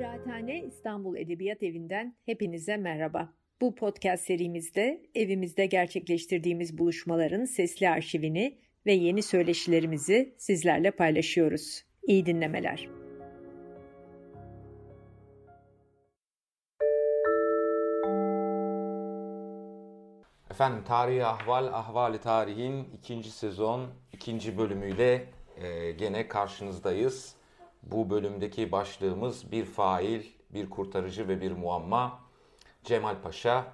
Kıraathane İstanbul Edebiyat Evi'nden hepinize merhaba. Bu podcast serimizde evimizde gerçekleştirdiğimiz buluşmaların sesli arşivini ve yeni söyleşilerimizi sizlerle paylaşıyoruz. İyi dinlemeler. Efendim Tarihi Ahval, Ahval-i Tarih'in 2. sezon 2. bölümüyle gene karşınızdayız. Bu bölümdeki başlığımız bir fail, bir kurtarıcı ve bir muamma. Cemal Paşa.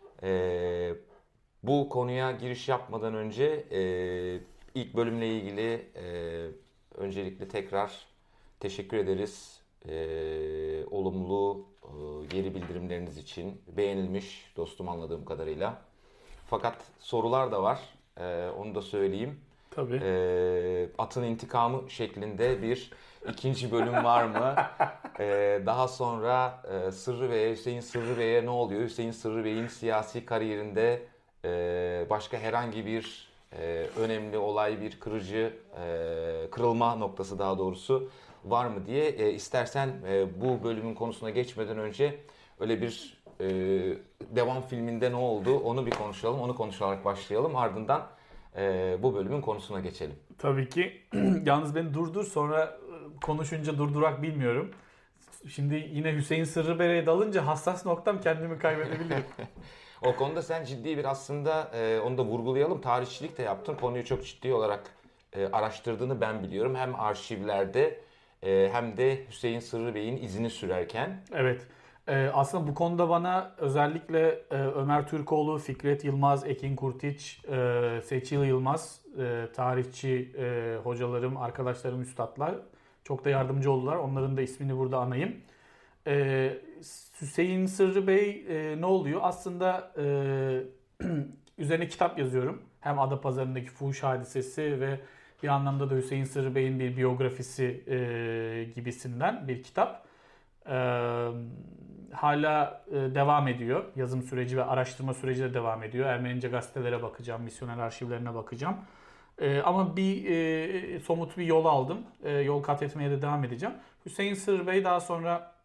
Bu konuya giriş yapmadan önce ilk bölümle ilgili öncelikle tekrar teşekkür ederiz. Olumlu geri bildirimleriniz için beğenilmiş dostum anladığım kadarıyla. Fakat sorular da var. Onu da söyleyeyim. Tabii. Atın intikamı şeklinde bir ikinci bölüm var mı? Daha sonra Hüseyin Sırrı Bey'e ne oluyor? Hüseyin Sırrı Bey'in siyasi kariyerinde başka herhangi bir önemli olay, bir kırılma noktası daha doğrusu var mı diye istersen bu bölümün konusuna geçmeden önce öyle bir devam filminde ne oldu onu bir konuşalım. Onu konuşarak başlayalım. Ardından bu bölümün konusuna geçelim. Tabii ki. Yalnız beni durdur, sonra konuşunca durdurak bilmiyorum. Şimdi yine Hüseyin Sırrı Bey'e dalınca hassas noktam, kendimi kaybedebilirim. O konuda sen ciddi bir aslında onu da vurgulayalım. Tarihçilik de yaptın. Konuyu çok ciddi olarak araştırdığını ben biliyorum. Hem arşivlerde hem de Hüseyin Sırrı Bey'in izini sürerken. Evet. Aslında bu konuda bana özellikle Ömer Türkoğlu, Fikret Yılmaz, Ekin Kurtiç, Seçil Yılmaz, tarihçi hocalarım, arkadaşlarım, üstadlar çok da yardımcı oldular. Onların da ismini burada anayım. Hüseyin Sırrı Bey ne oluyor? Aslında üzerine kitap yazıyorum. Hem Adapazarı'ndaki fuhuş hadisesi ve bir anlamda da Hüseyin Sırrı Bey'in bir biyografisi gibisinden bir kitap. Hala devam ediyor. Yazım süreci ve araştırma süreci de devam ediyor. Ermenice gazetelere bakacağım, misyoner arşivlerine bakacağım. Ama somut bir yol aldım. Yol kat etmeye de devam edeceğim. Hüseyin Sırrı Bey daha sonra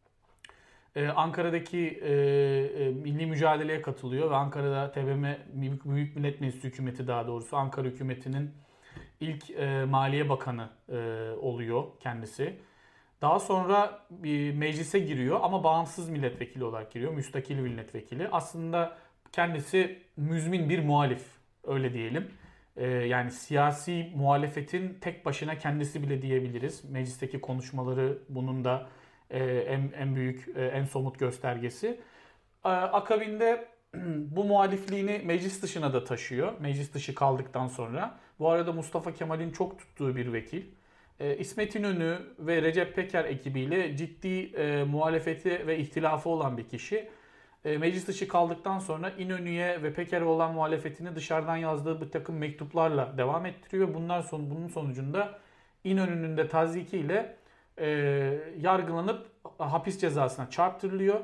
Ankara'daki milli mücadeleye katılıyor ve Ankara'da TBMM Büyük Millet Meclisi hükümeti, daha doğrusu Ankara hükümetinin ilk Maliye Bakanı oluyor kendisi. Daha sonra bir meclise giriyor ama bağımsız milletvekili olarak giriyor. Müstakil milletvekili. Aslında kendisi müzmin bir muhalif, öyle diyelim. Yani siyasi muhalefetin tek başına kendisi bile diyebiliriz. Meclisteki konuşmaları bunun da en büyük, en somut göstergesi. Akabinde bu muhalifliğini meclis dışına da taşıyor. Meclis dışı kaldıktan sonra. Bu arada Mustafa Kemal'in çok tuttuğu bir vekil. İsmet İnönü ve Recep Peker ekibiyle ciddi muhalefeti ve ihtilafı olan bir kişi. Meclis dışı kaldıktan sonra İnönü'ye ve Peker'e olan muhalefetini dışarıdan yazdığı bir takım mektuplarla devam ettiriyor. Bunun sonucunda İnönü'nün de tazyikiyle yargılanıp hapis cezasına çarptırılıyor.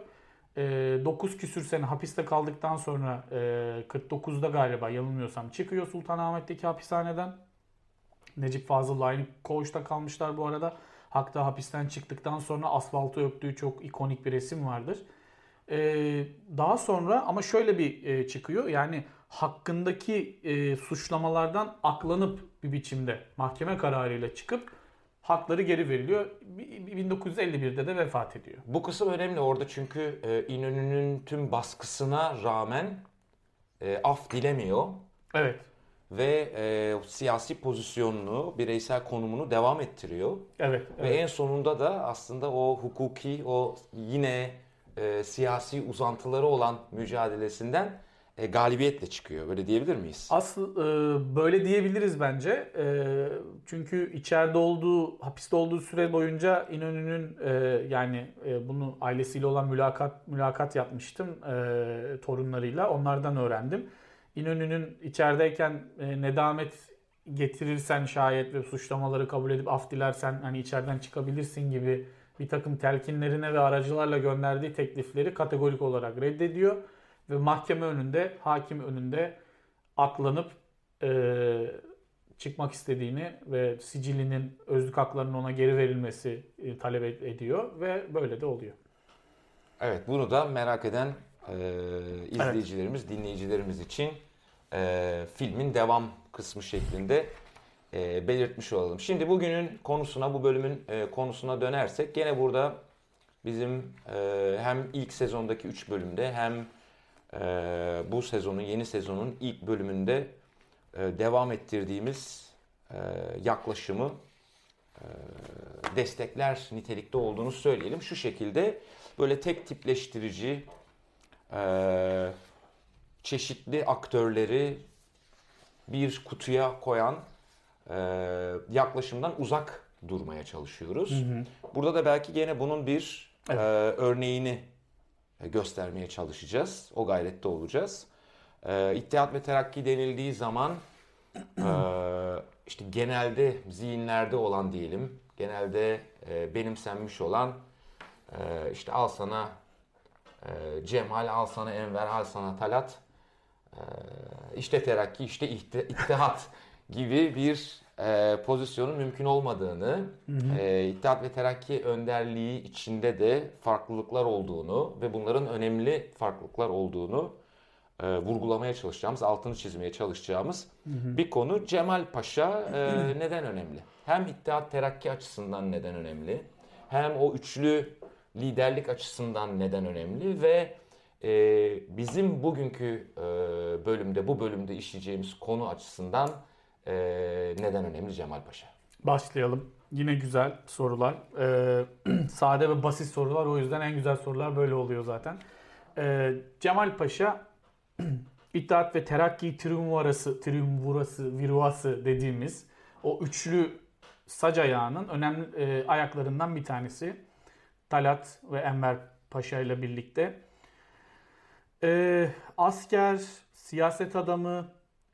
9 küsür sene hapiste kaldıktan sonra 49'da galiba yanılmıyorsam çıkıyor Sultanahmet'teki hapishaneden. Necip Fazıl'la aynı koğuşta kalmışlar bu arada. Hatta hapisten çıktıktan sonra asfaltı öptüğü çok ikonik bir resim vardır. Daha sonra ama şöyle bir çıkıyor. Yani hakkındaki suçlamalardan aklanıp bir biçimde mahkeme kararıyla çıkıp hakları geri veriliyor. 1951'de de vefat ediyor. Bu kısım önemli orada çünkü İnönü'nün tüm baskısına rağmen af dilemiyor. Evet. Ve siyasi pozisyonunu, bireysel konumunu devam ettiriyor. Evet. Ve en sonunda da aslında o hukuki, o yine siyasi uzantıları olan mücadelesinden galibiyetle çıkıyor. Böyle diyebilir miyiz? Böyle diyebiliriz bence. Çünkü içeride hapiste olduğu süre boyunca İnönü'nün bunu ailesiyle olan mülakat yapmıştım torunlarıyla. Onlardan öğrendim. İnönü'nün içerideyken nedamet getirirsen şayet ve suçlamaları kabul edip af dilersen hani içeriden çıkabilirsin gibi bir takım telkinlerine ve aracılarla gönderdiği teklifleri kategorik olarak reddediyor. Ve mahkeme önünde, hakim önünde aklanıp çıkmak istediğini ve sicilinin, özlük haklarının ona geri verilmesi talep ediyor ve böyle de oluyor. Evet, bunu da merak eden izleyicilerimiz, dinleyicilerimiz için filmin devam kısmı şeklinde belirtmiş olalım. Şimdi bugünün konusuna, bu bölümün konusuna dönersek gene burada bizim hem ilk sezondaki 3 bölümde hem bu sezonun, yeni sezonun ilk bölümünde devam ettirdiğimiz yaklaşımı destekler nitelikte olduğunu söyleyelim. Şu şekilde böyle tek tipleştirici, çeşitli aktörleri bir kutuya koyan yaklaşımdan uzak durmaya çalışıyoruz. Hı hı. Burada da belki gene bunun bir örneğini göstermeye çalışacağız. O gayrette olacağız. İttihat ve Terakki denildiği zaman işte genelde zihinlerde olan diyelim, genelde benimsenmiş olan işte al sana Cemal, al sana Enver, al sana Talat, işte Terakki, işte İttihat gibi bir pozisyonun mümkün olmadığını, İttihat ve Terakki önderliği içinde de farklılıklar olduğunu ve bunların önemli farklılıklar olduğunu vurgulamaya çalışacağımız, altını çizmeye çalışacağımız bir konu. Cemal Paşa neden önemli? Hem İttihat Terakki açısından neden önemli? Hem o üçlü liderlik açısından neden önemli? Ve bizim bugünkü bu bölümde işleyeceğimiz konu açısından neden önemli Cemal Paşa? Başlayalım. Yine güzel sorular. Sade ve basit sorular. O yüzden en güzel sorular böyle oluyor zaten. Cemal Paşa İttihat ve Terakki triumvirası dediğimiz o üçlü sac ayağının önemli ayaklarından bir tanesi. Talat ve Enver Paşa ile birlikte. Asker, siyaset adamı,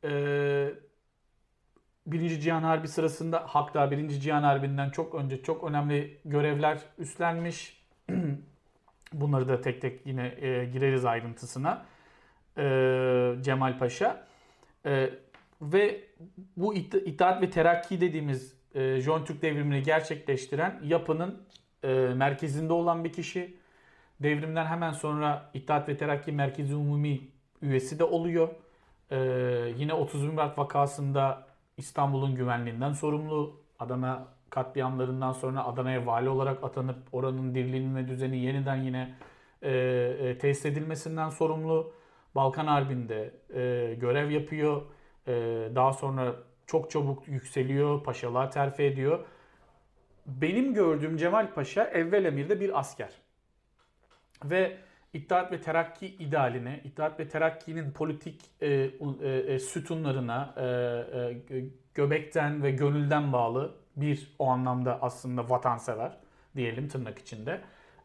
Birinci Cihan Harbi sırasında, hatta Birinci Cihan Harbi'nden çok önce çok önemli görevler üstlenmiş. Bunları da tek tek yine gireriz ayrıntısına. Cemal Paşa. Ve bu İttihat ve Terakki dediğimiz Jön Türk devrimini gerçekleştiren yapının merkezinde olan bir kişi. Devrimden hemen sonra İttihat ve Terakki Merkezi Umumi üyesi de oluyor. Yine 31 Mart vakasında İstanbul'un güvenliğinden sorumlu. Adana katliamlarından sonra Adana'ya vali olarak atanıp oranın dirliğinin ve düzeni yeniden yine tesis edilmesinden sorumlu. Balkan Harbi'nde görev yapıyor. Daha sonra çok çabuk yükseliyor, paşalığa terfi ediyor. Benim gördüğüm Cemal Paşa evvel emirde bir asker. Ve İttihat ve Terakki idealine, İttihat ve Terakki'nin politik sütunlarına göbekten ve gönülden bağlı bir o anlamda aslında vatansever diyelim tırnak içinde.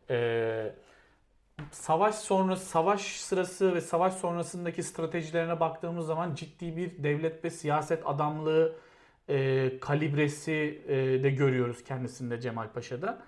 Savaş sırası ve savaş sonrasındaki stratejilerine baktığımız zaman ciddi bir devlet ve siyaset adamlığı kalibresi de görüyoruz kendisinde Cemal Paşa'da.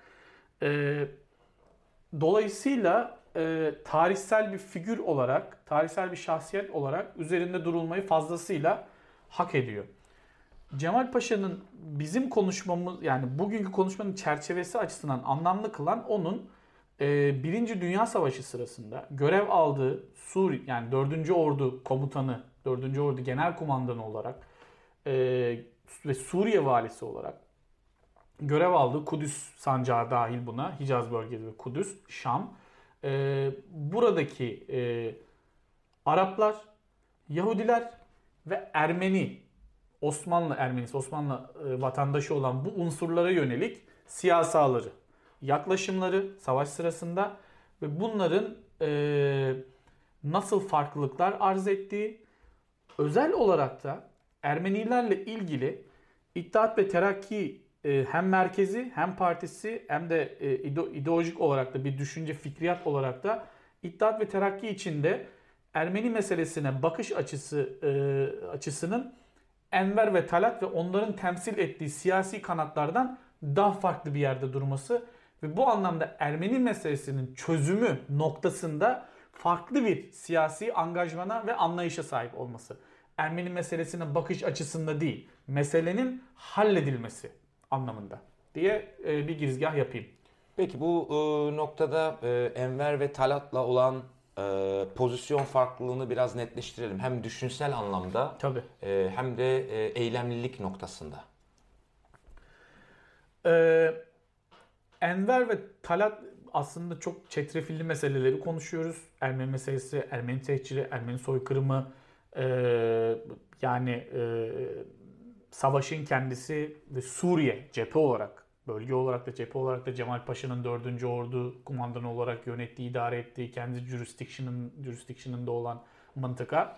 Dolayısıyla tarihsel bir figür olarak, tarihsel bir şahsiyet olarak üzerinde durulmayı fazlasıyla hak ediyor. Cemal Paşa'nın bizim konuşmamız, yani bugünkü konuşmanın çerçevesi açısından anlamlı kılan onun Birinci Dünya Savaşı sırasında görev aldığı Suriye, yani 4. Ordu Komutanı, 4. Ordu Genel Kumandanı olarak ve Suriye Valisi olarak görev aldığı, Kudüs sancağı dahil buna, Hicaz bölgesi ve Kudüs, Şam. Buradaki Araplar, Yahudiler ve Ermeni, Osmanlı Ermenisi, Osmanlı vatandaşı olan bu unsurlara yönelik siyasaları, yaklaşımları savaş sırasında ve bunların nasıl farklılıklar arz ettiği, özel olarak da Ermenilerle ilgili İttihat ve Terakki hem merkezi hem partisi hem de ideolojik olarak da bir düşünce fikriyat olarak da İttihat ve Terakki içinde Ermeni meselesine bakış açısının Enver ve Talat ve onların temsil ettiği siyasi kanatlardan daha farklı bir yerde durması ve bu anlamda Ermeni meselesinin çözümü noktasında farklı bir siyasi angajmana ve anlayışa sahip olması. Ermeni meselesine bakış açısında değil, meselenin halledilmesi anlamında diye bir girizgah yapayım. Peki bu noktada Enver ve Talat'la olan pozisyon farklılığını biraz netleştirelim. Hem düşünsel anlamda Tabii. Hem de eylemlilik noktasında. Enver ve Talat aslında çok çetrefilli meseleleri konuşuyoruz. Ermeni meselesi, Ermeni tehciri, Ermeni soykırımı, savaşın kendisi ve Suriye cephe olarak, bölge olarak da cephe olarak da Cemal Paşa'nın 4. Ordu kumandanı olarak yönettiği, idare ettiği, kendi jurisdiction'ında olan mıntıka.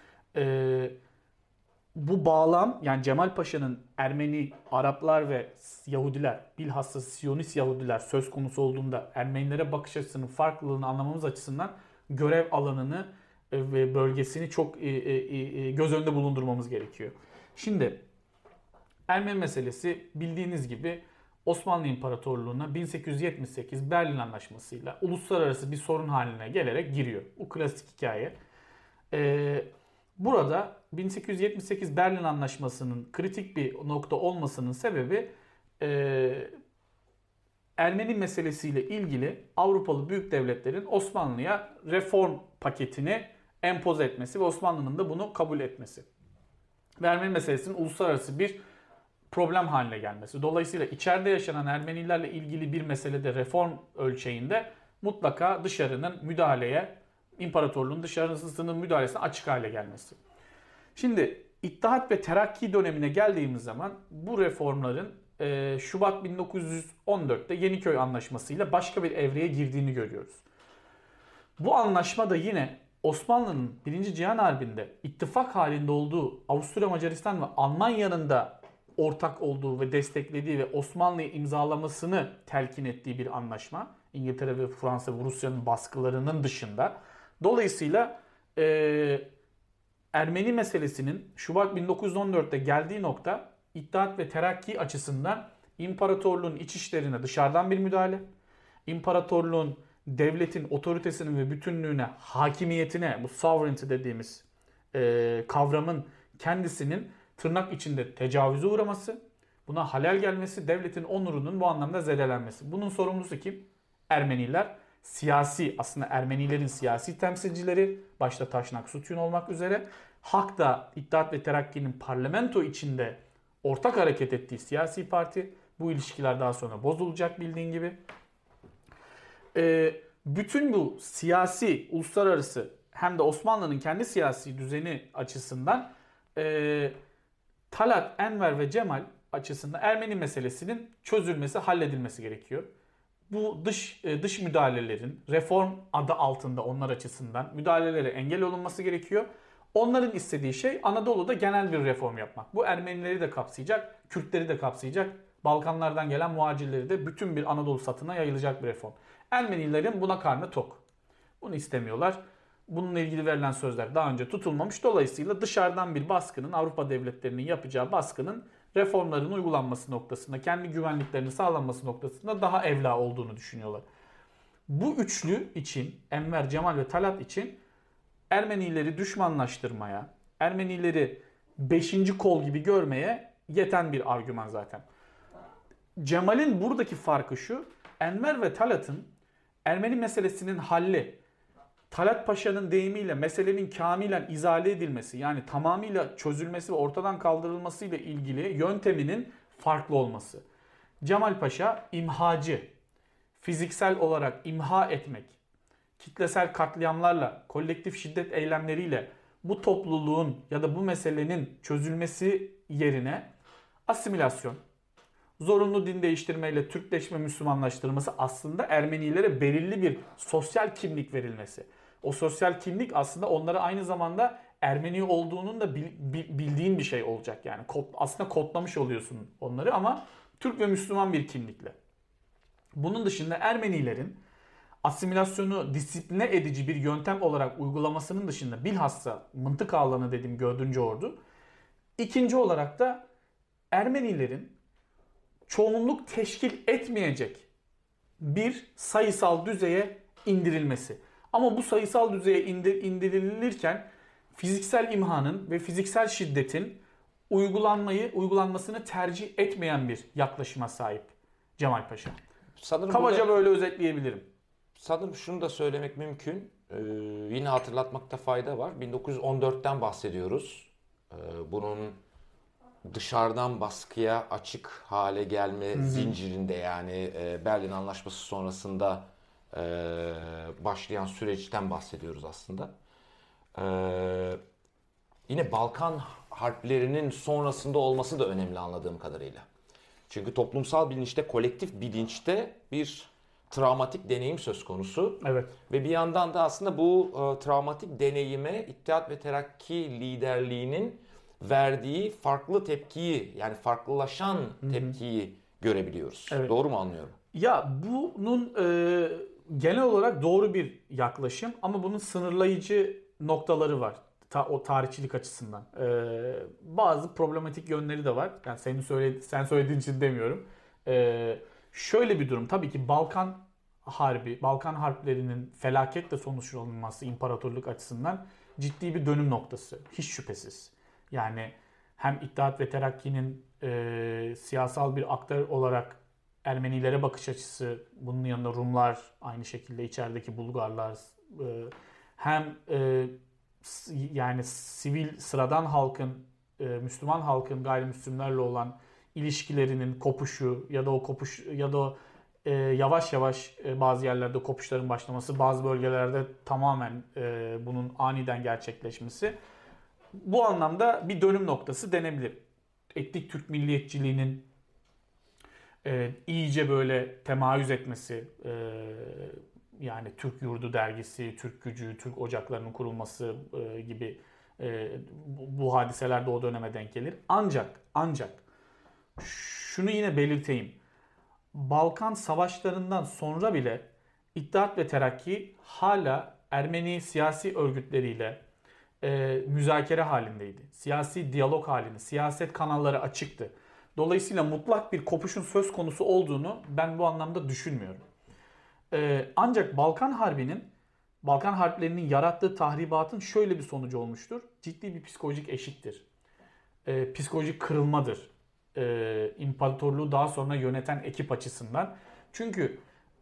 Bu bağlam, yani Cemal Paşa'nın Ermeni, Araplar ve Yahudiler, bilhassa Siyonist Yahudiler söz konusu olduğunda Ermenilere bakış açısının farklılığını anlamamız açısından görev alanını ve bölgesini çok göz önünde bulundurmamız gerekiyor. Şimdi Ermeni meselesi bildiğiniz gibi Osmanlı İmparatorluğu'na 1878 Berlin Anlaşması'yla uluslararası bir sorun haline gelerek giriyor. Bu klasik hikaye. Burada 1878 Berlin Anlaşması'nın kritik bir nokta olmasının sebebi Ermeni meselesiyle ilgili Avrupalı büyük devletlerin Osmanlı'ya reform paketini empoze etmesi ve Osmanlı'nın da bunu kabul etmesi. Ve Ermeni meselesinin uluslararası bir problem haline gelmesi. Dolayısıyla içeride yaşanan Ermenilerle ilgili bir meselede reform ölçeğinde mutlaka dışarının müdahaleye, imparatorluğun dışarısının müdahalesine açık hale gelmesi. Şimdi İttihat ve Terakki dönemine geldiğimiz zaman bu reformların Şubat 1914'te Yeniköy Anlaşması'yla başka bir evreye girdiğini görüyoruz. Bu anlaşma da yine Osmanlı'nın 1. Cihan Harbi'nde ittifak halinde olduğu Avusturya, Macaristan ve Almanya'nın da ortak olduğu ve desteklediği ve Osmanlı'yı imzalamasını telkin ettiği bir anlaşma. İngiltere ve Fransa ve Rusya'nın baskılarının dışında. Dolayısıyla Ermeni meselesinin Şubat 1914'te geldiği nokta İttihat ve Terakki açısından imparatorluğun iç işlerine dışarıdan bir müdahale, imparatorluğun devletin otoritesine ve bütünlüğüne, hakimiyetine, bu sovereignty dediğimiz kavramın kendisinin tırnak içinde tecavüze uğraması, buna halel gelmesi, devletin onurunun bu anlamda zedelenmesi. Bunun sorumlusu kim? Ermeniler. Siyasi, aslında Ermenilerin siyasi temsilcileri, başta Taşnak Sütun olmak üzere, Halk da İttihat ve Terakki'nin parlamento içinde ortak hareket ettiği siyasi parti. Bu ilişkiler daha sonra bozulacak bildiğin gibi. Bütün bu siyasi, uluslararası hem de Osmanlı'nın kendi siyasi düzeni açısından Talat, Enver ve Cemal açısından Ermeni meselesinin çözülmesi, halledilmesi gerekiyor. Bu dış müdahalelerin reform adı altında onlar açısından müdahalelere engel olunması gerekiyor. Onların istediği şey Anadolu'da genel bir reform yapmak. Bu Ermenileri de kapsayacak, Kürtleri de kapsayacak, Balkanlardan gelen muhacirleri de bütün bir Anadolu satına yayılacak bir reform. Ermenilerin buna karnı tok. Bunu istemiyorlar. Bununla ilgili verilen sözler daha önce tutulmamış. Dolayısıyla dışarıdan bir baskının, Avrupa devletlerinin yapacağı baskının reformların uygulanması noktasında, kendi güvenliklerinin sağlanması noktasında daha evla olduğunu düşünüyorlar. Bu üçlü için, Enver, Cemal ve Talat için Ermenileri düşmanlaştırmaya, Ermenileri 5. kol gibi görmeye yeten bir argüman zaten. Cemal'in buradaki farkı şu, Enver ve Talat'ın Ermeni meselesinin halli, Talat Paşa'nın deyimiyle meselenin kamilen izale edilmesi, yani tamamıyla çözülmesi ve ortadan kaldırılmasıyla ilgili yönteminin farklı olması. Cemal Paşa imhacı, fiziksel olarak imha etmek, kitlesel katliamlarla, kolektif şiddet eylemleriyle bu topluluğun ya da bu meselenin çözülmesi yerine asimilasyon, zorunlu din değiştirmeyle Türkleşme, Müslümanlaştırılması, aslında Ermenilere belirli bir sosyal kimlik verilmesi. O sosyal kimlik aslında onlara aynı zamanda Ermeni olduğunun da bildiğin bir şey olacak yani. Aslında kodlamış oluyorsun onları ama Türk ve Müslüman bir kimlikle. Bunun dışında Ermenilerin asimilasyonu disipline edici bir yöntem olarak uygulamasının dışında bilhassa mıntıka alanı dediğim 4. Ordu. İkinci olarak da Ermenilerin çoğunluk teşkil etmeyecek bir sayısal düzeye indirilmesi. Ama bu sayısal düzeye indirilirken fiziksel imhanın ve fiziksel şiddetin uygulanmasını tercih etmeyen bir yaklaşıma sahip Cemal Paşa. Sanırım Kabaca böyle özetleyebilirim. Sanırım şunu da söylemek mümkün. Yine hatırlatmakta fayda var. 1914'ten bahsediyoruz. Bunun dışarıdan baskıya açık hale gelme zincirinde, yani Berlin Anlaşması sonrasında başlayan süreçten bahsediyoruz aslında. Yine Balkan Harplerinin sonrasında olması da önemli anladığım kadarıyla. Çünkü toplumsal bilinçte, kolektif bilinçte bir travmatik deneyim söz konusu. Evet. Ve bir yandan da aslında bu travmatik deneyime İttihat ve Terakki liderliğinin verdiği farklı tepkiyi, yani farklılaşan tepkiyi görebiliyoruz. Evet. Doğru mu anlıyorum? Ya bunun genel olarak doğru bir yaklaşım ama bunun sınırlayıcı noktaları var. O tarihçilik açısından. Bazı problematik yönleri de var. Yani sen söylediğin için demiyorum. Şöyle bir durum. Tabii ki Balkan Harplerinin felaketle sonuçlanması imparatorluk açısından ciddi bir dönüm noktası. Hiç şüphesiz. Yani hem İttihat ve Terakki'nin siyasal bir aktör olarak Ermenilere bakış açısı, bunun yanında Rumlar, aynı şekilde içerideki Bulgarlar, hem yani sivil sıradan halkın, Müslüman halkın gayrimüslimlerle olan ilişkilerinin kopuşu ya da o kopuş ya da yavaş yavaş bazı yerlerde kopuşların başlaması, bazı bölgelerde tamamen bunun aniden gerçekleşmesi, bu anlamda bir dönüm noktası denebilir. Etnik Türk milliyetçiliğinin iyice böyle temayüz etmesi, yani Türk Yurdu dergisi, Türk Gücü, Türk ocaklarının kurulması gibi bu hadiseler de o döneme denk gelir. Ancak şunu yine belirteyim. Balkan savaşlarından sonra bile İttihat ve Terakki hala Ermeni siyasi örgütleriyle müzakere halindeydi. Siyasi diyalog halinde, siyaset kanalları açıktı. Dolayısıyla mutlak bir kopuşun söz konusu olduğunu ben bu anlamda düşünmüyorum. Ancak Balkan Harplerinin yarattığı tahribatın şöyle bir sonucu olmuştur. Ciddi bir psikolojik eşiktir. Psikolojik kırılmadır. İmparatorluğu daha sonra yöneten ekip açısından. Çünkü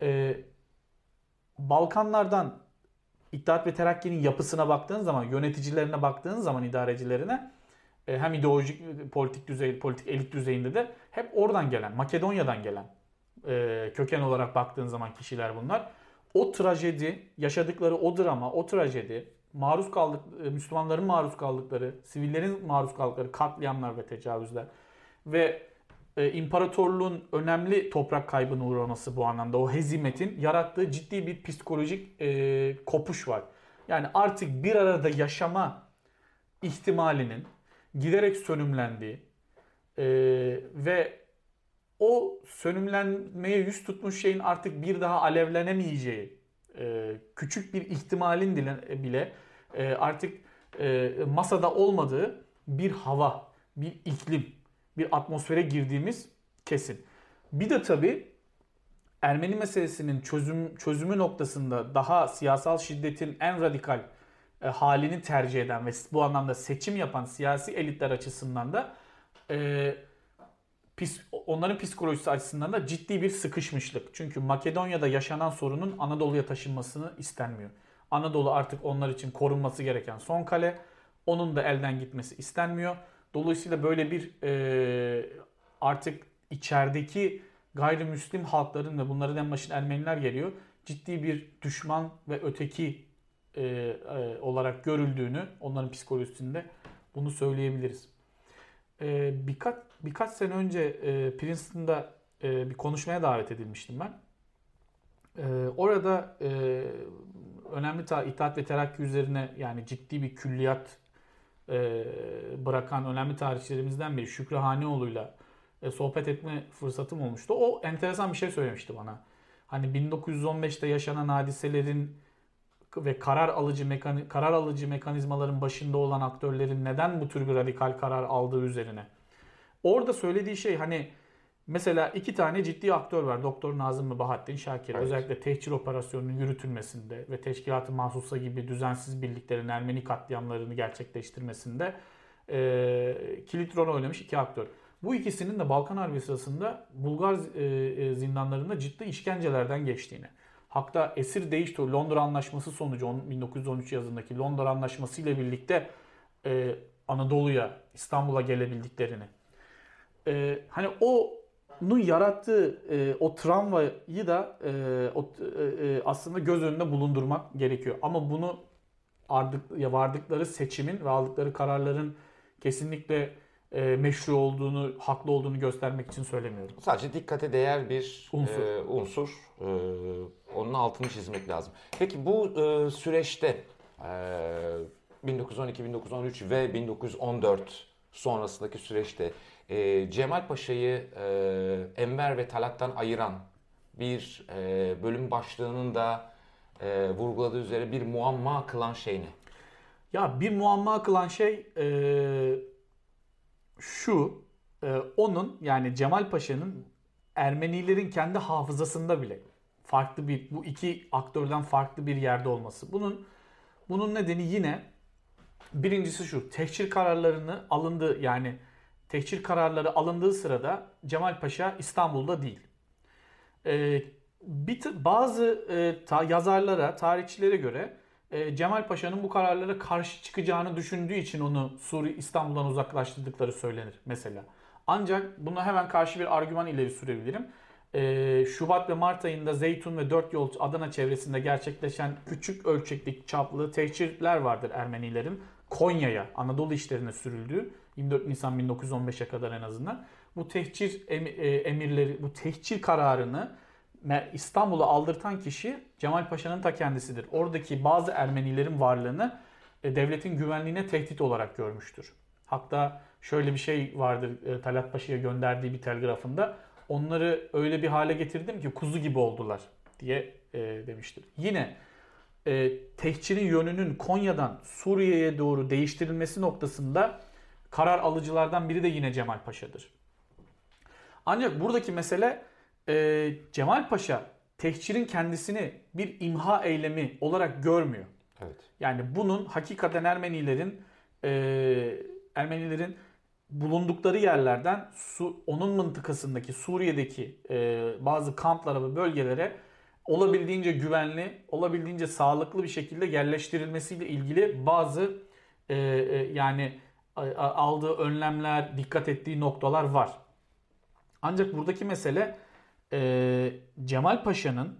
Balkanlardan İttihat ve Terakki'nin yapısına baktığın zaman, yöneticilerine baktığın zaman, idarecilerine, hem ideolojik, politik elit düzeyinde de hep oradan gelen, Makedonya'dan gelen köken olarak baktığın zaman kişiler bunlar. O trajedi, yaşadıkları o drama, o trajedi, Müslümanların maruz kaldıkları, sivillerin maruz kaldıkları katliamlar ve tecavüzler ve imparatorluğun önemli toprak kaybına uğraması, bu anlamda o hezimetin yarattığı ciddi bir psikolojik kopuş var. Yani artık bir arada yaşama ihtimalinin giderek sönümlendiği ve o sönümlenmeye yüz tutmuş şeyin artık bir daha alevlenemeyeceği, küçük bir ihtimalin bile artık masada olmadığı bir hava, bir iklim, bir atmosfere girdiğimiz kesin. Bir de tabii Ermeni meselesinin çözümü noktasında daha siyasal şiddetin en radikal halini tercih eden ve bu anlamda seçim yapan siyasi elitler açısından da onların psikolojisi açısından da ciddi bir sıkışmışlık. Çünkü Makedonya'da yaşanan sorunun Anadolu'ya taşınmasını istenmiyor. Anadolu artık onlar için korunması gereken son kale. Onun da elden gitmesi istenmiyor. Dolayısıyla böyle bir artık içerideki gayrimüslim halkların ve bunların en başına Ermeniler geliyor, ciddi bir düşman ve öteki olarak görüldüğünü, onların psikolojisinde bunu söyleyebiliriz. Birkaç sene önce Princeton'da bir konuşmaya davet edilmiştim ben. Orada önemli İttihat ve Terakki üzerine, yani ciddi bir külliyat bırakan önemli tarihçilerimizden biri Şükrü Haneoğlu'yla sohbet etme fırsatım olmuştu. O enteresan bir şey söylemişti bana. Hani 1915'te yaşanan hadiselerin ve karar alıcı mekanizmaların başında olan aktörlerin neden bu tür bir radikal karar aldığı üzerine. Orada söylediği şey, hani Mesela 2 tane ciddi aktör var. Doktor Nazım ve Bahattin Şakir. Evet. Özellikle tehcir operasyonunun yürütülmesinde ve Teşkilat-ı Mahsusa gibi düzensiz birliklerin Ermeni katliamlarını gerçekleştirmesinde kilit rol oynamış 2 aktör. Bu ikisinin de Balkan Harbi sırasında Bulgar zindanlarında ciddi işkencelerden geçtiğini. Hatta esir değişti. Londra Anlaşması sonucu 1913 yazındaki Londra Anlaşması ile birlikte Anadolu'ya, İstanbul'a gelebildiklerini. Hani onun yarattığı o travmayı da aslında göz önünde bulundurmak gerekiyor. Ama bunu vardıkları seçimin ve aldıkları kararların kesinlikle meşru olduğunu, haklı olduğunu göstermek için söylemiyorum. Sadece dikkate değer bir unsur. Onun altını çizmek lazım. Peki bu süreçte 1912-1913 ve 1914 sonrasındaki süreçte Cemal Paşa'yı Enver ve Talat'tan ayıran bir bölüm başlığının da vurguladığı üzere bir muamma kılan şey ne? Ya bir muamma kılan şey şu, onun yani Cemal Paşa'nın Ermenilerin kendi hafızasında bile farklı bu 2 aktörden farklı bir yerde olması. Bunun nedeni yine birincisi şu, tehcir kararlarını alındığı yani tehcir kararları alındığı sırada Cemal Paşa İstanbul'da değil. Bazı yazarlara, tarihçilere göre Cemal Paşa'nın bu kararlara karşı çıkacağını düşündüğü için onu İstanbul'dan uzaklaştırdıkları söylenir mesela. Ancak buna hemen karşı bir argüman ileri sürebilirim. Şubat ve Mart ayında Zeytun ve Dört Yol Adana çevresinde gerçekleşen küçük ölçekli çaplı tehcirler vardır Ermenilerin. Konya'ya, Anadolu işlerine sürüldüğü 24 Nisan 1915'e kadar en azından. Bu tehcir emirleri, bu tehcir kararını İstanbul'a aldırtan kişi Cemal Paşa'nın ta kendisidir. Oradaki bazı Ermenilerin varlığını devletin güvenliğine tehdit olarak görmüştür. Hatta şöyle bir şey vardır Talat Paşa'ya gönderdiği bir telgrafında. Onları öyle bir hale getirdim ki kuzu gibi oldular diye demiştir. Yine tehcirin yönünün Konya'dan Suriye'ye doğru değiştirilmesi noktasında karar alıcılardan biri de yine Cemal Paşa'dır. Ancak buradaki mesele Cemal Paşa tehcirin kendisini bir imha eylemi olarak görmüyor. Evet. Yani bunun hakikaten Ermenilerin bulundukları yerlerden onun mıntıkasındaki Suriye'deki bazı kamplara ve bölgelere olabildiğince güvenli, olabildiğince sağlıklı bir şekilde yerleştirilmesiyle ilgili bazı yani aldığı önlemler, dikkat ettiği noktalar var. Ancak buradaki mesele Cemal Paşa'nın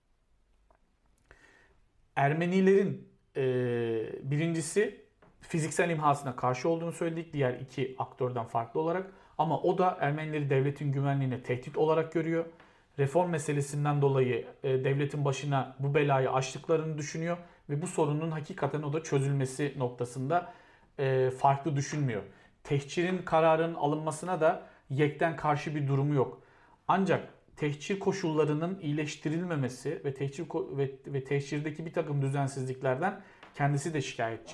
Ermenilerin birincisi fiziksel imhasına karşı olduğunu söyledik diğer 2 aktörden farklı olarak. Ama o da Ermenileri devletin güvenliğine tehdit olarak görüyor. Reform meselesinden dolayı devletin başına bu belayı açtıklarını düşünüyor. Ve bu sorunun hakikaten o da çözülmesi noktasında farklı düşünmüyor. Tehcirin kararının alınmasına da yekten karşı bir durumu yok. Ancak tehcir koşullarının iyileştirilmemesi ve tehcirdeki bir takım düzensizliklerden kendisi de şikayetçi.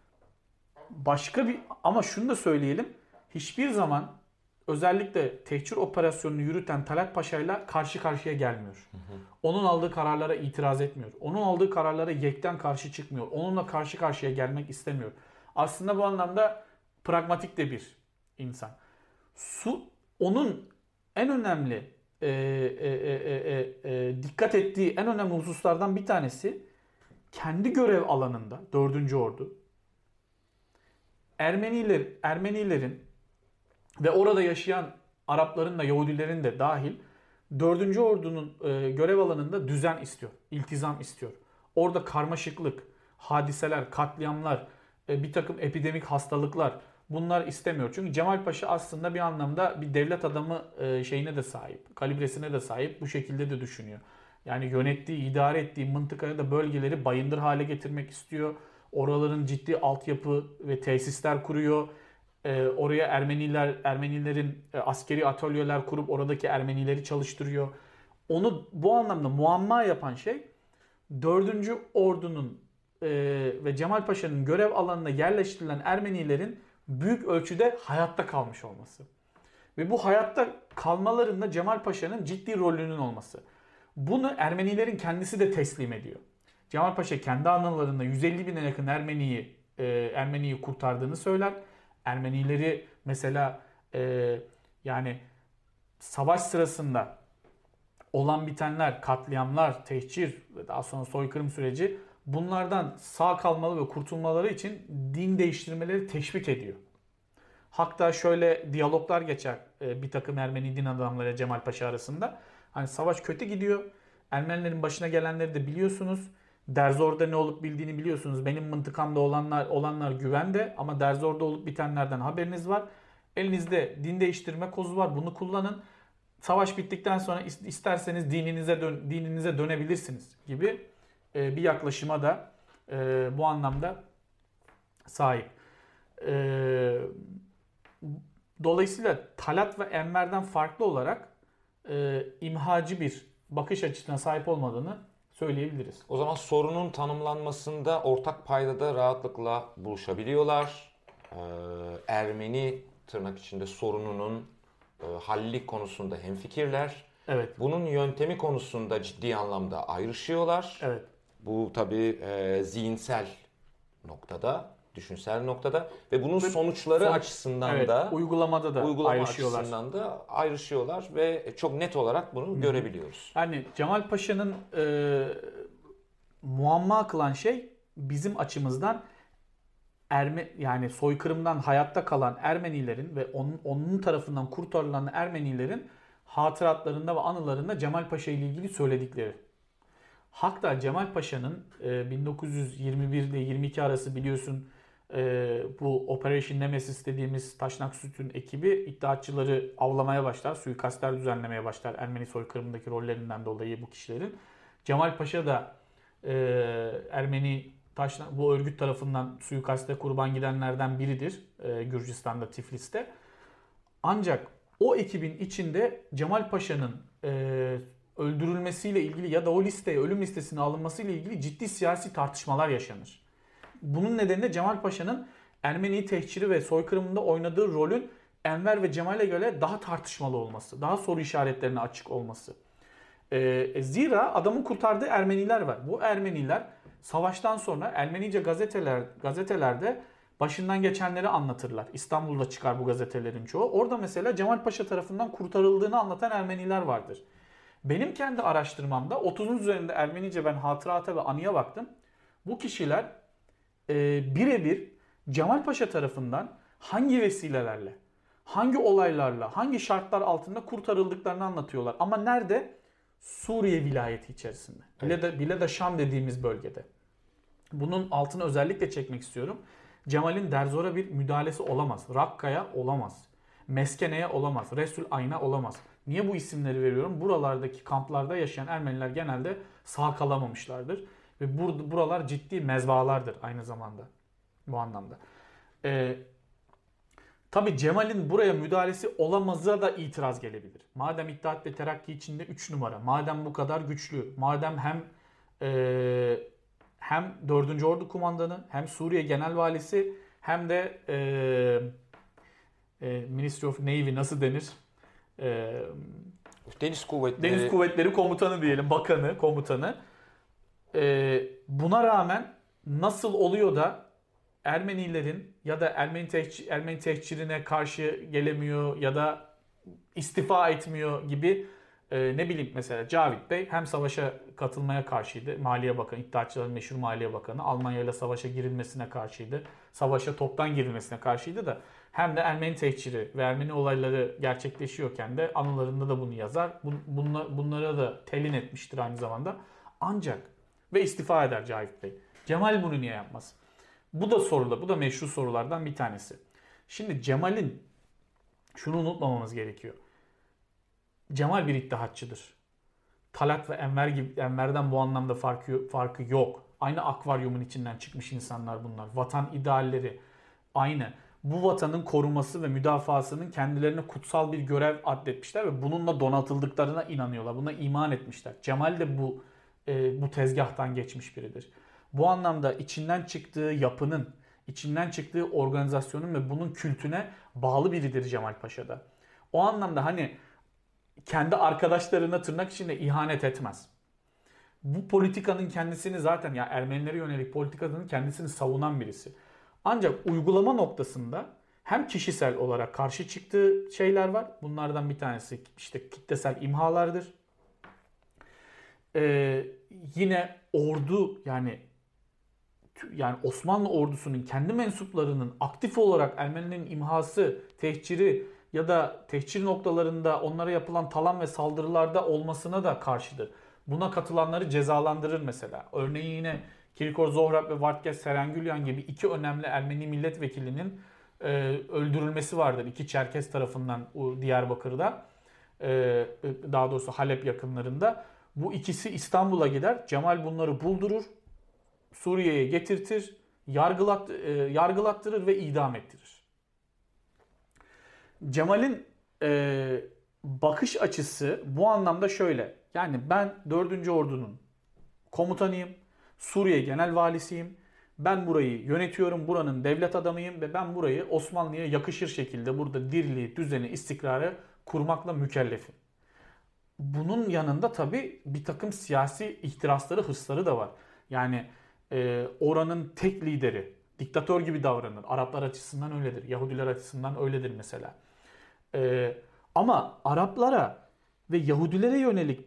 Ama şunu da söyleyelim. Hiçbir zaman özellikle tehcir operasyonunu yürüten Talat Paşa'yla karşı karşıya gelmiyor. Onun aldığı kararlara itiraz etmiyor. Onun aldığı kararlara yekten karşı çıkmıyor. Onunla karşı karşıya gelmek istemiyor. Aslında bu anlamda pragmatik de bir insan. Onun en önemli dikkat ettiği en önemli hususlardan bir tanesi kendi görev alanında 4. Ordu Ermenilerin ve orada yaşayan Arapların da Yahudilerin de dahil 4. Ordu'nun görev alanında düzen istiyor, iltizam istiyor. Orada karmaşıklık, hadiseler, katliamlar, bir takım epidemik hastalıklar bunlar istemiyor. Çünkü Cemal Paşa aslında bir anlamda bir devlet adamı şeyine de sahip, kalibresine de sahip, bu şekilde de düşünüyor. Yani yönettiği, idare ettiği mıntıkaya da bölgeleri bayındır hale getirmek istiyor. Oraların ciddi altyapı ve tesisler kuruyor. Oraya Ermenilerin askeri atölyeler kurup oradaki Ermenileri çalıştırıyor. Onu bu anlamda muamma yapan şey 4. Ordu'nun ve Cemal Paşa'nın görev alanına yerleştirilen Ermenilerin büyük ölçüde hayatta kalmış olması. ve bu hayatta kalmalarında Cemal Paşa'nın ciddi rolünün olması. Bunu Ermenilerin kendisi de teslim ediyor. Cemal Paşa kendi anılarında 150 bine yakın Ermeniyi kurtardığını söyler. Ermenileri mesela yani savaş sırasında olan bitenler, katliamlar, tehcir ve daha sonra soykırım süreci, bunlardan sağ kalmalı ve kurtulmaları için din değiştirmeleri teşvik ediyor. Hatta şöyle diyaloglar geçer bir takım Ermeni din adamları Cemal Paşa arasında. Hani savaş kötü gidiyor. Ermenilerin başına gelenleri de biliyorsunuz. Derzor'da ne olup bildiğini biliyorsunuz. Benim mıntıkamda olanlar güvende ama Derzor'da olup bitenlerden haberiniz var. Elinizde din değiştirme kozu var. Bunu kullanın. Savaş bittikten sonra isterseniz dininize dönebilirsiniz gibi bir yaklaşıma da bu anlamda sahip. Dolayısıyla Talat ve Enver'den farklı olarak imhacı bir bakış açısına sahip olmadığını söyleyebiliriz. O zaman sorunun tanımlanmasında ortak paydada rahatlıkla buluşabiliyorlar. Ermeni tırnak içinde sorununun halli konusunda hemfikirler. Evet. Bunun yöntemi konusunda ciddi anlamda ayrışıyorlar. Evet. Bu tabii zihinsel noktada, düşünsel noktada ve bunun sonuçları açısından da uygulamada da ayrışıyorlar. Açısından da ayrışıyorlar ve çok net olarak bunu görebiliyoruz. Yani Cemal Paşa'nın muamma kılan şey bizim açımızdan yani soykırımdan hayatta kalan Ermenilerin ve onun tarafından kurtarılan Ermenilerin hatıratlarında ve anılarında Cemal Paşa ile ilgili söyledikleri. Hatta Cemal Paşa'nın 1921 ile 22 arası biliyorsun bu Operation Nemesis dediğimiz Taşnak Sütun ekibi iddiatçıları avlamaya başlar, suikastler düzenlemeye başlar Ermeni soykırımındaki rollerinden dolayı bu kişilerin. Cemal Paşa da bu örgüt tarafından suikaste kurban gidenlerden biridir Gürcistan'da, Tiflis'te. Ancak o ekibin içinde Cemal Paşa'nın öldürülmesiyle ilgili ya da o ölüm listesine alınmasıyla ilgili ciddi siyasi tartışmalar yaşanır. Bunun nedeni de Cemal Paşa'nın Ermeni tehciri ve soykırımında oynadığı rolün Enver ve Cemal'e göre daha tartışmalı olması, daha soru işaretlerine açık olması. Zira adamın kurtardığı Ermeniler var. Bu Ermeniler savaştan sonra Ermenice gazetelerde başından geçenleri anlatırlar. İstanbul'da çıkar bu gazetelerin çoğu. Orada mesela Cemal Paşa tarafından kurtarıldığını anlatan Ermeniler vardır. Benim kendi araştırmamda 30'un üzerinde Ermenice ben hatırata ve anıya baktım. Bu kişiler birebir Cemal Paşa tarafından hangi vesilelerle, hangi olaylarla, hangi şartlar altında kurtarıldıklarını anlatıyorlar. Ama nerede? Suriye vilayeti içerisinde. Evet. Bilad-ı Şam dediğimiz bölgede. Bunun altını özellikle çekmek istiyorum. Cemal'in Derzor'a bir müdahalesi olamaz. Rakka'ya olamaz. Meskene'ye olamaz. Resul Ayn'a olamaz. Niye bu isimleri veriyorum? Buralardaki kamplarda yaşayan Ermeniler genelde sağ kalamamışlardır. Ve buralar ciddi mezbahalardır aynı zamanda. Bu anlamda. Tabi Cemal'in buraya müdahalesi olamaza da itiraz gelebilir. Madem İttihat ve Terakki içinde 3 numara, madem bu kadar güçlü, madem hem 4. Ordu Kumandanı, hem Suriye Genel Valisi, hem de Ministry of Navy nasıl denir? Deniz Kuvvetleri Komutanı diyelim, bakanı, komutanı. Buna rağmen nasıl oluyor da Ermenilerin ya da Ermeni tehcirine karşı gelemiyor ya da istifa etmiyor gibi ne bileyim mesela Cavit Bey hem savaşa katılmaya karşıydı. Maliye Bakanı, İttihatçıların meşhur Maliye Bakanı. Almanya ile savaşa girilmesine karşıydı. Savaşa toptan girilmesine karşıydı da hem de Ermeni tehciri ve Ermeni olayları gerçekleşiyorken de anılarında da bunu yazar. Bunlara da telin etmiştir aynı zamanda. Ancak ve istifa eder Cavit Bey. Cemal bunu niye yapmaz? Bu da meşru sorulardan bir tanesi. Şimdi Cemal'in şunu unutmamamız gerekiyor. Cemal bir iddihatçıdır. Talat ve Enver'den bu anlamda farkı yok. Aynı akvaryumun içinden çıkmış insanlar bunlar. Vatan idealleri aynı. Bu vatanın koruması ve müdafasının kendilerine kutsal bir görev addetmişler ve bununla donatıldıklarına inanıyorlar. Buna iman etmişler. Cemal de bu tezgahtan geçmiş biridir. Bu anlamda içinden çıktığı yapının, içinden çıktığı organizasyonun ve bunun kültüne bağlı biridir Cemal Paşa'da. O anlamda hani kendi arkadaşlarına tırnak içinde ihanet etmez. Bu politikanın kendisini zaten ya Ermenilere yönelik politikanın kendisini savunan birisi. Ancak uygulama noktasında hem kişisel olarak karşı çıktığı şeyler var. Bunlardan bir tanesi işte kitlesel imhalardır. Yine ordu yani Osmanlı ordusunun kendi mensuplarının aktif olarak Ermenilerin imhası, tehciri ya da tehcir noktalarında onlara yapılan talan ve saldırılarda olmasına da karşıdır. Buna katılanları cezalandırır mesela. Örneğin yine Kirkor Zohrab ve Vartges Serengilyan gibi iki önemli Ermeni milletvekilinin öldürülmesi vardır. İki Çerkes tarafından Diyarbakır'da, daha doğrusu Halep yakınlarında. Bu ikisi İstanbul'a gider. Cemal bunları buldurur. Suriye'ye getirtir. Yargılattırır ve idam ettirir. Cemal'in bakış açısı bu anlamda şöyle. Yani ben 4. Ordu'nun komutanıyım. Suriye Genel Valisiyim. Ben burayı yönetiyorum. Buranın devlet adamıyım ve ben burayı Osmanlı'ya yakışır şekilde burada dirliği, düzeni, istikrarı kurmakla mükellefim. Bunun yanında tabii bir takım siyasi ihtirasları, hırsları da var. Yani oranın tek lideri, diktatör gibi davranır. Araplar açısından öyledir. Yahudiler açısından öyledir mesela. Ama Araplara ve Yahudilere yönelik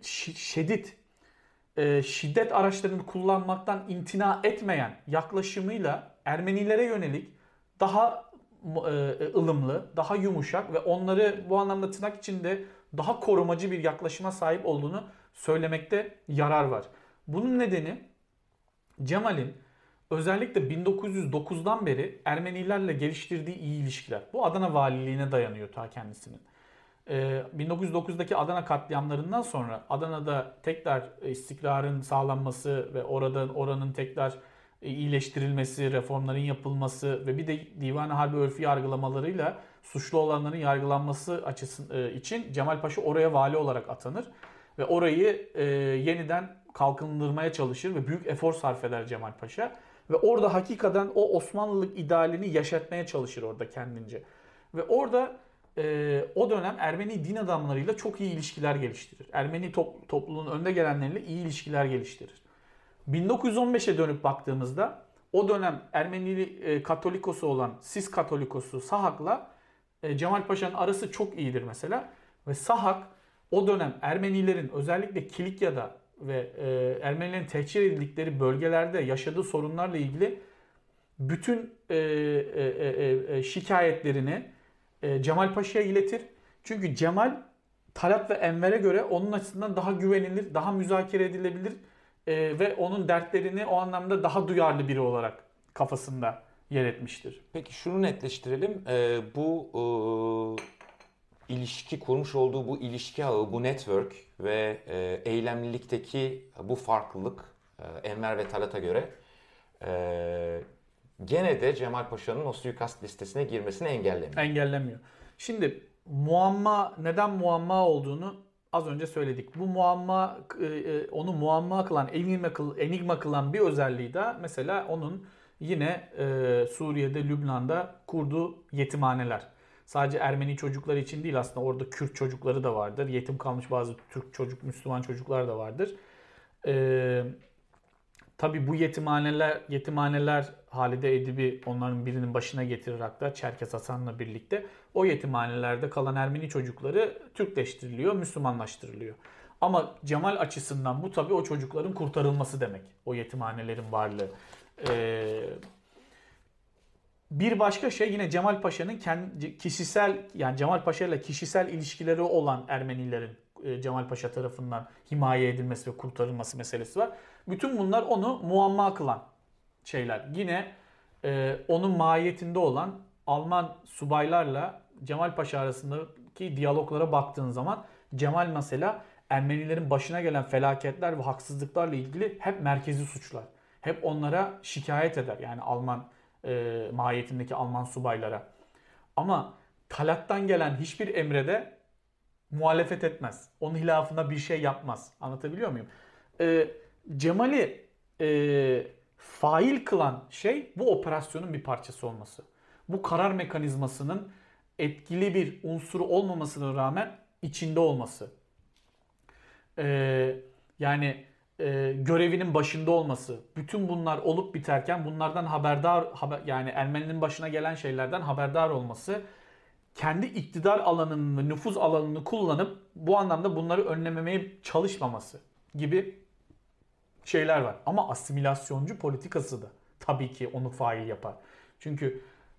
şiddet araçlarını kullanmaktan imtina etmeyen yaklaşımıyla Ermenilere yönelik daha ılımlı, daha yumuşak ve onları bu anlamda tırnak içinde daha korumacı bir yaklaşıma sahip olduğunu söylemekte yarar var. Bunun nedeni Cemal'in özellikle 1909'dan beri Ermenilerle geliştirdiği iyi ilişkiler. Bu Adana valiliğine dayanıyor ta kendisinin. 1909'daki Adana katliamlarından sonra Adana'da tekrar istikrarın sağlanması ve oranın tekrar iyileştirilmesi, reformların yapılması ve bir de Divan-ı Harbi örfü yargılamalarıyla suçlu olanların yargılanması için Cemal Paşa oraya vali olarak atanır ve orayı yeniden kalkındırmaya çalışır ve büyük efor sarf eder Cemal Paşa ve orada hakikaten o Osmanlılık idealini yaşatmaya çalışır orada kendince. Ve orada o dönem Ermeni din adamlarıyla çok iyi ilişkiler geliştirir. Ermeni topluluğun önde gelenleriyle iyi ilişkiler geliştirir. 1915'e dönüp baktığımızda o dönem Ermeni Katolikosu olan Sis Katolikosu Sahak'la Cemal Paşa'nın arası çok iyidir mesela. Ve Sahak o dönem Ermenilerin özellikle Kilikya'da ve Ermenilerin tehcir edildikleri bölgelerde yaşadığı sorunlarla ilgili bütün şikayetlerini Cemal Paşa'ya iletir. Çünkü Cemal, Talat ve Enver'e göre onun açısından daha güvenilir, daha müzakere edilebilir ve onun dertlerini o anlamda daha duyarlı biri olarak kafasında yer etmiştir. Peki şunu netleştirelim. Bu ilişki kurmuş olduğu bu ilişki ağı, bu network ve eylemlilikteki bu farklılık Enver ve Talat'a göre gene de Cemal Paşa'nın o suikast listesine girmesini engellemiyor. Engellemiyor. Şimdi neden muamma olduğunu az önce söyledik. Bu muamma onu muamma kılan, enigma kılan bir özelliği de mesela onun yine Suriye'de, Lübnan'da kurduğu yetimhaneler. Sadece Ermeni çocuklar için değil, aslında orada Kürt çocukları da vardır. Yetim kalmış bazı Türk Müslüman çocuklar da vardır. Tabii bu yetimhaneler Halide Edip'i onların birinin başına getirir, hatta Çerkes Hasan'la birlikte. O yetimhanelerde kalan Ermeni çocukları Türkleştiriliyor, Müslümanlaştırılıyor. Ama Cemal açısından bu tabii o çocukların kurtarılması demek. O yetimhanelerin varlığı. Bir başka şey yine Cemal Paşa'nın Cemal Paşa ile kişisel ilişkileri olan Ermenilerin Cemal Paşa tarafından himaye edilmesi ve kurtarılması meselesi var. Bütün bunlar onu muamma kılan şeyler. Yine onun mahiyetinde olan Alman subaylarla Cemal Paşa arasındaki diyaloglara baktığın zaman Cemal mesela Ermenilerin başına gelen felaketler ve haksızlıklarla ilgili hep merkezi suçlar. Hep onlara şikayet eder. Yani Alman mahiyetindeki Alman subaylara. Ama Talat'tan gelen hiçbir emrede muhalefet etmez. Onun hilafına bir şey yapmaz. Anlatabiliyor muyum? Cemal'i fail kılan şey bu operasyonun bir parçası olması. Bu karar mekanizmasının etkili bir unsuru olmamasına rağmen içinde olması. Yani görevinin başında olması. Bütün bunlar olup biterken bunlardan yani Ermeni'nin başına gelen şeylerden haberdar olması. Kendi iktidar alanını ve nüfuz alanını kullanıp bu anlamda bunları önlememeye çalışmaması gibi şeyler var. Ama asimilasyoncu politikası da tabii ki onu fail yapar. Çünkü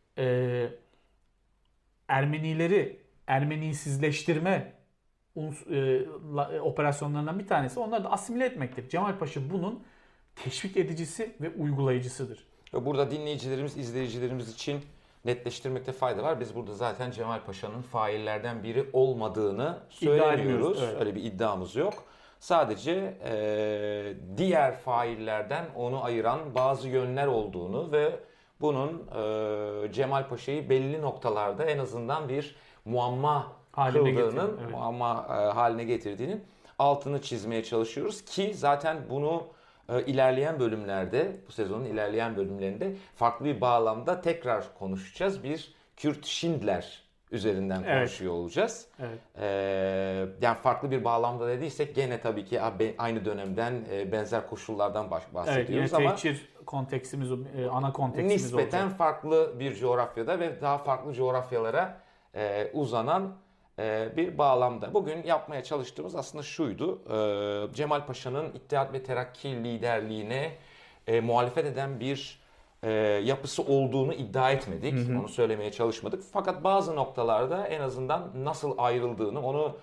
Ermenisizleştirme operasyonlarından bir tanesi onları da asimile etmektir. Cemal Paşa bunun teşvik edicisi ve uygulayıcısıdır. Burada dinleyicilerimiz, izleyicilerimiz için netleştirmekte fayda var. Biz burada zaten Cemal Paşa'nın faillerden biri olmadığını söylemiyoruz. Evet. Öyle bir iddiamız yok. Sadece diğer faillerden onu ayıran bazı yönler olduğunu ve bunun Cemal Paşa'yı belli noktalarda en azından bir muamma haline getirdiğinin altını çizmeye çalışıyoruz ki zaten bunu ilerleyen bölümlerde, bu sezonun ilerleyen bölümlerinde farklı bir bağlamda tekrar konuşacağız. Bir Kurt Schindler üzerinden konuşuyor olacağız. Evet. Yani farklı bir bağlamda dediysek gene tabii ki aynı dönemden benzer koşullardan bahsediyoruz ama tehcir kontekstimiz, ana kontekstimiz nispeten olacak. Farklı bir coğrafyada ve daha farklı coğrafyalara uzanan bir bağlamda. Bugün yapmaya çalıştığımız aslında şuydu. Cemal Paşa'nın İttihat ve Terakki liderliğine muhalefet eden bir yapısı olduğunu iddia etmedik. Onu söylemeye çalışmadık. Fakat bazı noktalarda en azından nasıl ayrıldığını, onu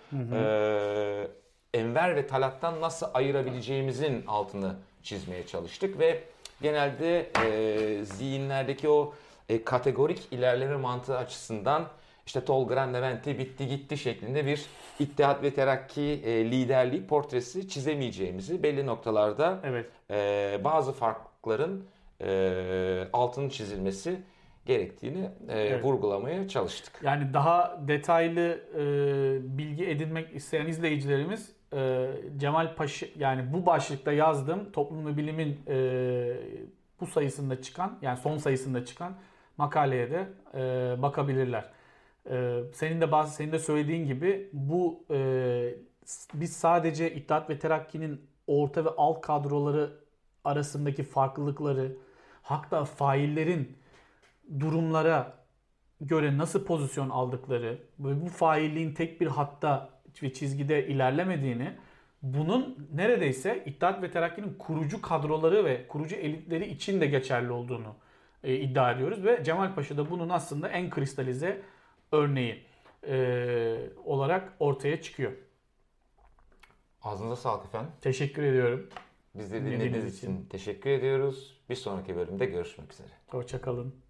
Enver ve Talat'tan nasıl ayırabileceğimizin altını çizmeye çalıştık ve genelde zihinlerdeki o kategorik ilerleme mantığı açısından işte Tolgran Levent'i bitti gitti şeklinde bir İttihat ve Terakki liderliği portresi çizemeyeceğimizi belli noktalarda bazı farkların altının çizilmesi gerektiğini vurgulamaya çalıştık. Yani daha detaylı bilgi edinmek isteyen izleyicilerimiz Cemal Paşa, yani bu başlıkta yazdığım Toplum ve Bilim'in bu sayısında çıkan, yani son sayısında çıkan makaleye de bakabilirler. Senin de söylediğin gibi bu biz sadece İttihat ve Terakki'nin orta ve alt kadroları arasındaki farklılıkları, hatta faillerin durumlara göre nasıl pozisyon aldıkları ve bu failliğin tek bir hatta ve çizgide ilerlemediğini, bunun neredeyse İttihat ve Terakki'nin kurucu kadroları ve kurucu elitleri için de geçerli olduğunu iddia ediyoruz ve Cemal Paşa da bunun aslında en kristalize örneği olarak ortaya çıkıyor. Ağzınıza sağlık efendim. Teşekkür ediyorum. Bizleri dinlediğiniz için teşekkür ediyoruz. Bir sonraki bölümde görüşmek üzere. Hoşça kalın.